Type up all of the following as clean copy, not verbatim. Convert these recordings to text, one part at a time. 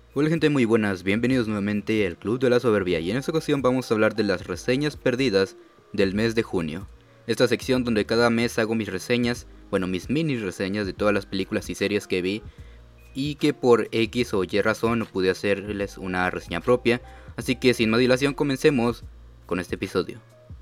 Hola gente muy buenas, bienvenidos nuevamente al Club de la Soberbia y en esta ocasión vamos a hablar de las reseñas perdidas del mes de junio. Esta sección donde cada mes hago mis reseñas, mis mini reseñas de todas las películas y series que vi y que por X o Y razón no pude hacerles una reseña propia, así que sin más dilación comencemos con este episodio.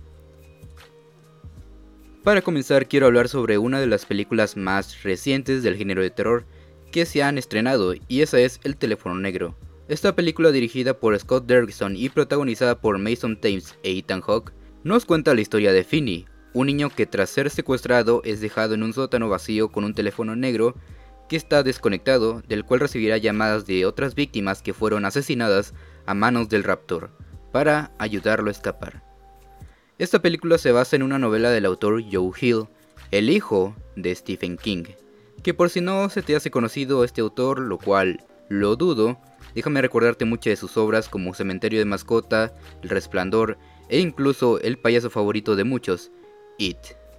Para comenzar quiero hablar sobre una de las películas más recientes del género de terror que se han estrenado, y esa es El Teléfono Negro. Esta película, dirigida por Scott Derrickson y protagonizada por Mason Thames e Ethan Hawke, nos cuenta la historia de Finney, un niño que tras ser secuestrado es dejado en un sótano vacío con un teléfono negro que está desconectado, del cual recibirá llamadas de otras víctimas que fueron asesinadas a manos del raptor, para ayudarlo a escapar. Esta película se basa en una novela del autor Joe Hill, el hijo de Stephen King, que por si no se te hace conocido este autor, lo cual lo dudo, déjame recordarte muchas de sus obras como Cementerio de Mascota, El Resplandor e incluso el payaso favorito de muchos, It.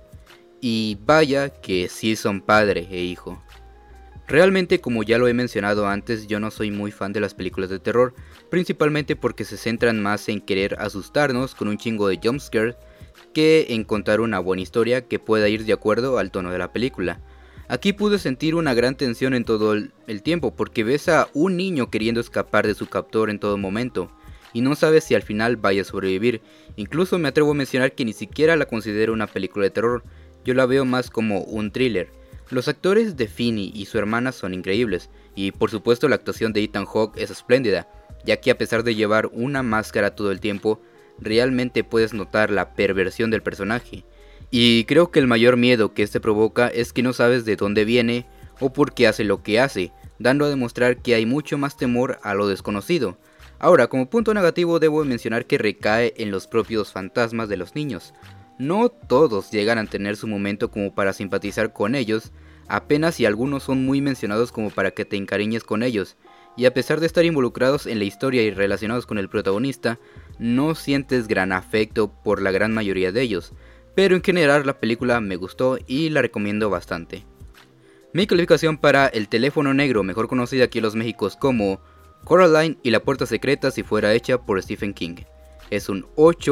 Y vaya que sí son padre e hijo. Realmente, como ya lo he mencionado antes, yo no soy muy fan de las películas de terror, principalmente porque se centran más en querer asustarnos con un chingo de jumpscares que en contar una buena historia que pueda ir de acuerdo al tono de la película. Aquí pude sentir una gran tensión en todo el tiempo, porque ves a un niño queriendo escapar de su captor en todo momento, y no sabes si al final vaya a sobrevivir. Incluso me atrevo a mencionar que ni siquiera la considero una película de terror, yo la veo más como un thriller. Los actores de Finney y su hermana son increíbles, y por supuesto la actuación de Ethan Hawke es espléndida, ya que a pesar de llevar una máscara todo el tiempo, realmente puedes notar la perversión del personaje. Y creo que el mayor miedo que este provoca es que no sabes de dónde viene o por qué hace lo que hace, dando a demostrar que hay mucho más temor a lo desconocido. Ahora, como punto negativo debo mencionar que recae en los propios fantasmas de los niños. No todos llegan a tener su momento como para simpatizar con ellos, apenas si algunos son muy mencionados como para que te encariñes con ellos, y a pesar de estar involucrados en la historia y relacionados con el protagonista, no sientes gran afecto por la gran mayoría de ellos, pero en general la película me gustó y la recomiendo bastante. Mi calificación para El Teléfono Negro, mejor conocida aquí en los Méxicos como Coraline y la Puerta Secreta si fuera hecha por Stephen King, es un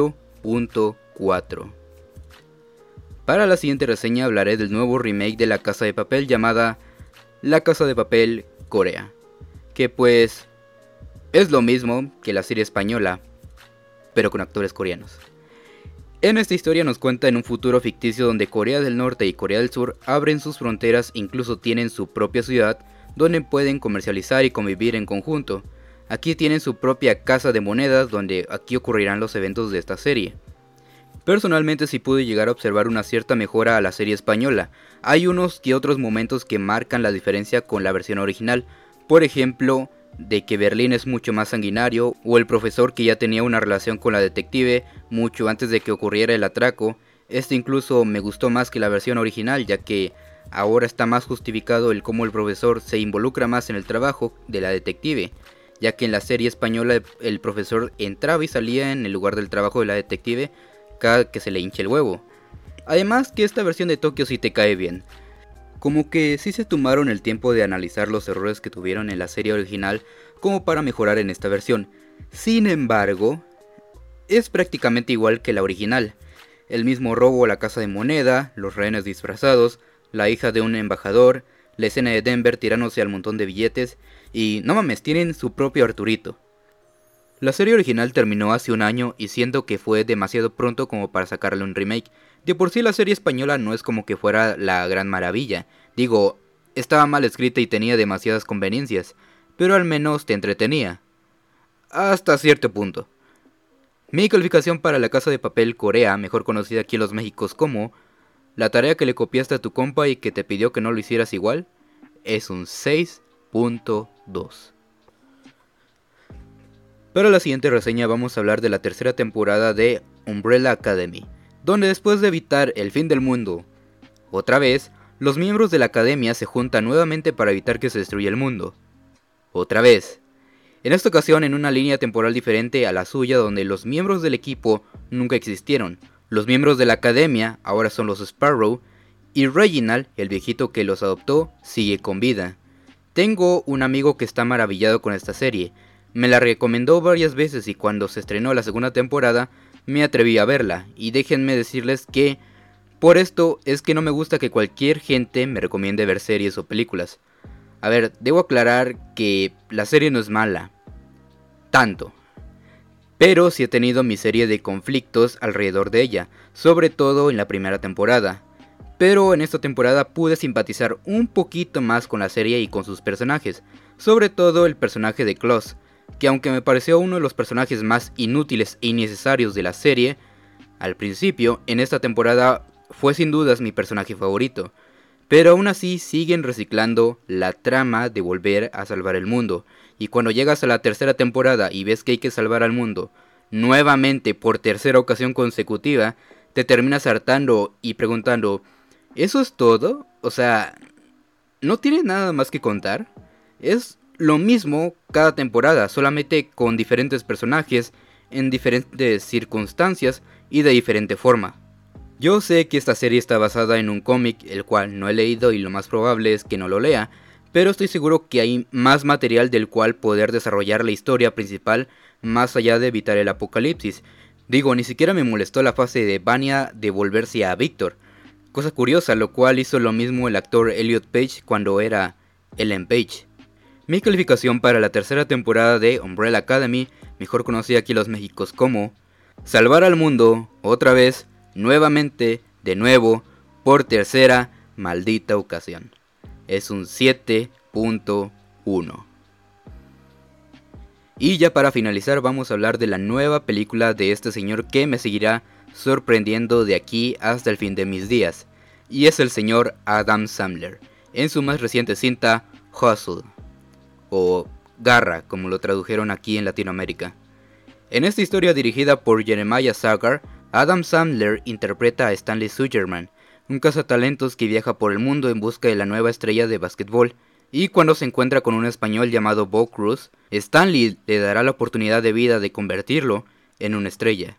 8.4. Para la siguiente reseña hablaré del nuevo remake de La Casa de Papel llamada La Casa de Papel Corea, que pues es lo mismo que la serie española, pero con actores coreanos. En esta historia nos cuenta en un futuro ficticio donde Corea del Norte y Corea del Sur abren sus fronteras e incluso tienen su propia ciudad donde pueden comercializar y convivir en conjunto. Aquí tienen su propia casa de monedas donde aquí ocurrirán los eventos de esta serie. Personalmente sí pude llegar a observar una cierta mejora a la serie española. Hay unos que otros momentos que marcan la diferencia con la versión original. Por ejemplo, de que Berlín es mucho más sanguinario, o el profesor que ya tenía una relación con la detective mucho antes de que ocurriera el atraco. Este incluso me gustó más que la versión original, ya que ahora está más justificado el cómo el profesor se involucra más en el trabajo de la detective, ya que en la serie española el profesor entraba y salía en el lugar del trabajo de la detective cada que se le hinche el huevo. Además que esta versión de Tokio sí te cae bien. Como que sí se tomaron el tiempo de analizar los errores que tuvieron en la serie original como para mejorar en esta versión. Sin embargo, es prácticamente igual que la original. El mismo robo a la casa de moneda, los rehenes disfrazados, la hija de un embajador, la escena de Denver tirándose al montón de billetes y no mames, tienen su propio Arturito. La serie original terminó hace un año y siento que fue demasiado pronto como para sacarle un remake. De por sí la serie española no es como que fuera la gran maravilla. Digo, estaba mal escrita y tenía demasiadas conveniencias, pero al menos te entretenía. Hasta cierto punto. Mi calificación para La Casa de Papel Corea, mejor conocida aquí en los Méxicos como La tarea que le copiaste a tu compa y que te pidió que no lo hicieras igual, es un 6.2. Para la siguiente reseña vamos a hablar de la tercera temporada de Umbrella Academy, donde después de evitar el fin del mundo, otra vez, los miembros de la academia se juntan nuevamente para evitar que se destruya el mundo. Otra vez. En esta ocasión en una línea temporal diferente a la suya donde los miembros del equipo nunca existieron. Los miembros de la academia ahora son los Sparrow y Reginald, el viejito que los adoptó, sigue con vida. Tengo un amigo que está maravillado con esta serie. Me la recomendó varias veces y cuando se estrenó la segunda temporada me atreví a verla. Y déjenme decirles que por esto es que no me gusta que cualquier gente me recomiende ver series o películas. A ver, debo aclarar que la serie no es mala. Tanto. Pero sí he tenido mi serie de conflictos alrededor de ella, sobre todo en la primera temporada. Pero en esta temporada pude simpatizar un poquito más con la serie y con sus personajes, sobre todo el personaje de Klaus, que aunque me pareció uno de los personajes más inútiles e innecesarios de la serie, al principio, en esta temporada fue sin dudas mi personaje favorito. Pero aún así siguen reciclando la trama de volver a salvar el mundo, y cuando llegas a la tercera temporada y ves que hay que salvar al mundo, nuevamente por tercera ocasión consecutiva, te terminas hartando y preguntando, ¿eso es todo? O sea, ¿no tiene nada más que contar? Es lo mismo cada temporada, solamente con diferentes personajes, en diferentes circunstancias y de diferente forma. Yo sé que esta serie está basada en un cómic, el cual no he leído y lo más probable es que no lo lea, pero estoy seguro que hay más material del cual poder desarrollar la historia principal más allá de evitar el apocalipsis. Digo, ni siquiera me molestó la fase de Vanya de volverse a Victor. Cosa curiosa, lo cual hizo lo mismo el actor Elliot Page cuando era Ellen Page. Mi calificación para la tercera temporada de Umbrella Academy, mejor conocida aquí en los Méxicos como Salvar al mundo, otra vez, nuevamente, de nuevo, por tercera maldita ocasión. Es un 7.1. Y ya para finalizar vamos a hablar de la nueva película de este señor que me seguirá sorprendiendo de aquí hasta el fin de mis días. Y es el señor Adam Sandler, en su más reciente cinta Hustle, o Garra como lo tradujeron aquí en Latinoamérica. En esta historia dirigida por Jeremiah Sagar, Adam Sandler interpreta a Stanley Sugerman, un cazatalentos que viaja por el mundo en busca de la nueva estrella de básquetbol, y cuando se encuentra con un español llamado Bo Cruz, Stanley le dará la oportunidad de vida de convertirlo en una estrella.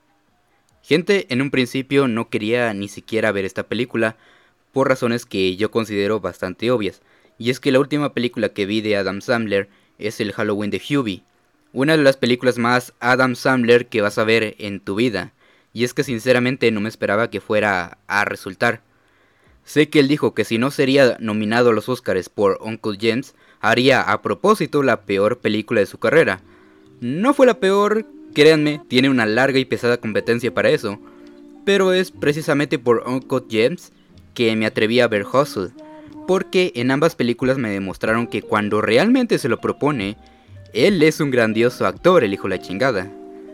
Gente en un principio no quería ni siquiera ver esta película, por razones que yo considero bastante obvias, y es que la última película que vi de Adam Sandler es el Halloween de Hubie, una de las películas más Adam Sandler que vas a ver en tu vida. Y es que sinceramente no me esperaba que fuera a resultar. Sé que él dijo que si no sería nominado a los Oscars por Uncle James, haría a propósito la peor película de su carrera. No fue la peor, créanme, tiene una larga y pesada competencia para eso. Pero es precisamente por Uncle James que me atreví a ver Hustle, porque en ambas películas me demostraron que cuando realmente se lo propone, él es un grandioso actor, el hijo de la chingada.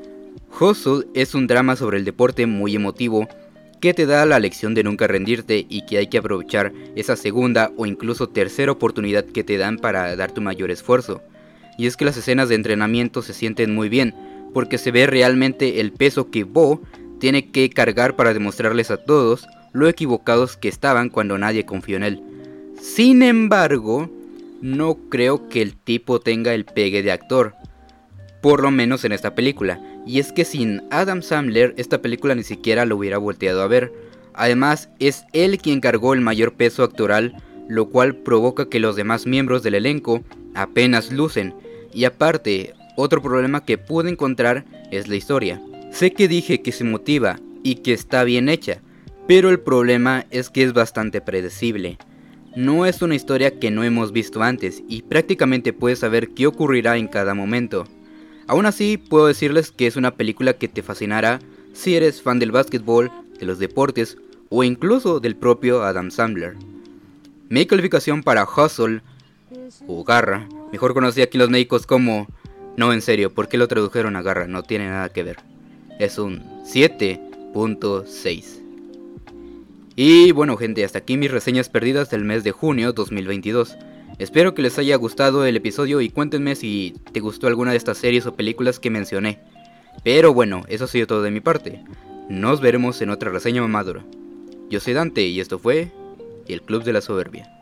Hustle es un drama sobre el deporte muy emotivo que te da la lección de nunca rendirte y que hay que aprovechar esa segunda o incluso tercera oportunidad que te dan para dar tu mayor esfuerzo. Y es que las escenas de entrenamiento se sienten muy bien porque se ve realmente el peso que Bo tiene que cargar para demostrarles a todos lo equivocados que estaban cuando nadie confió en él. Sin embargo, no creo que el tipo tenga el pegue de actor, por lo menos en esta película, y es que sin Adam Sandler esta película ni siquiera lo hubiera volteado a ver. Además es él quien cargó el mayor peso actoral, lo cual provoca que los demás miembros del elenco apenas lucen, y aparte, otro problema que pude encontrar es la historia. Sé que dije que se motiva y que está bien hecha, pero el problema es que es bastante predecible. No es una historia que no hemos visto antes y prácticamente puedes saber qué ocurrirá en cada momento. Aún así, puedo decirles que es una película que te fascinará si eres fan del básquetbol, de los deportes o incluso del propio Adam Sandler. Mi calificación para Hustle, o Garra, mejor conocida aquí en los médicos como... No, en serio, ¿por qué lo tradujeron a Garra? No tiene nada que ver. Es un 7.6. Y bueno gente, hasta aquí mis reseñas perdidas del mes de junio 2022. Espero que les haya gustado el episodio y cuéntenme si te gustó alguna de estas series o películas que mencioné. Pero bueno, eso ha sido todo de mi parte. Nos veremos en otra reseña mamadora. Yo soy Dante y esto fue El Club de la Soberbia.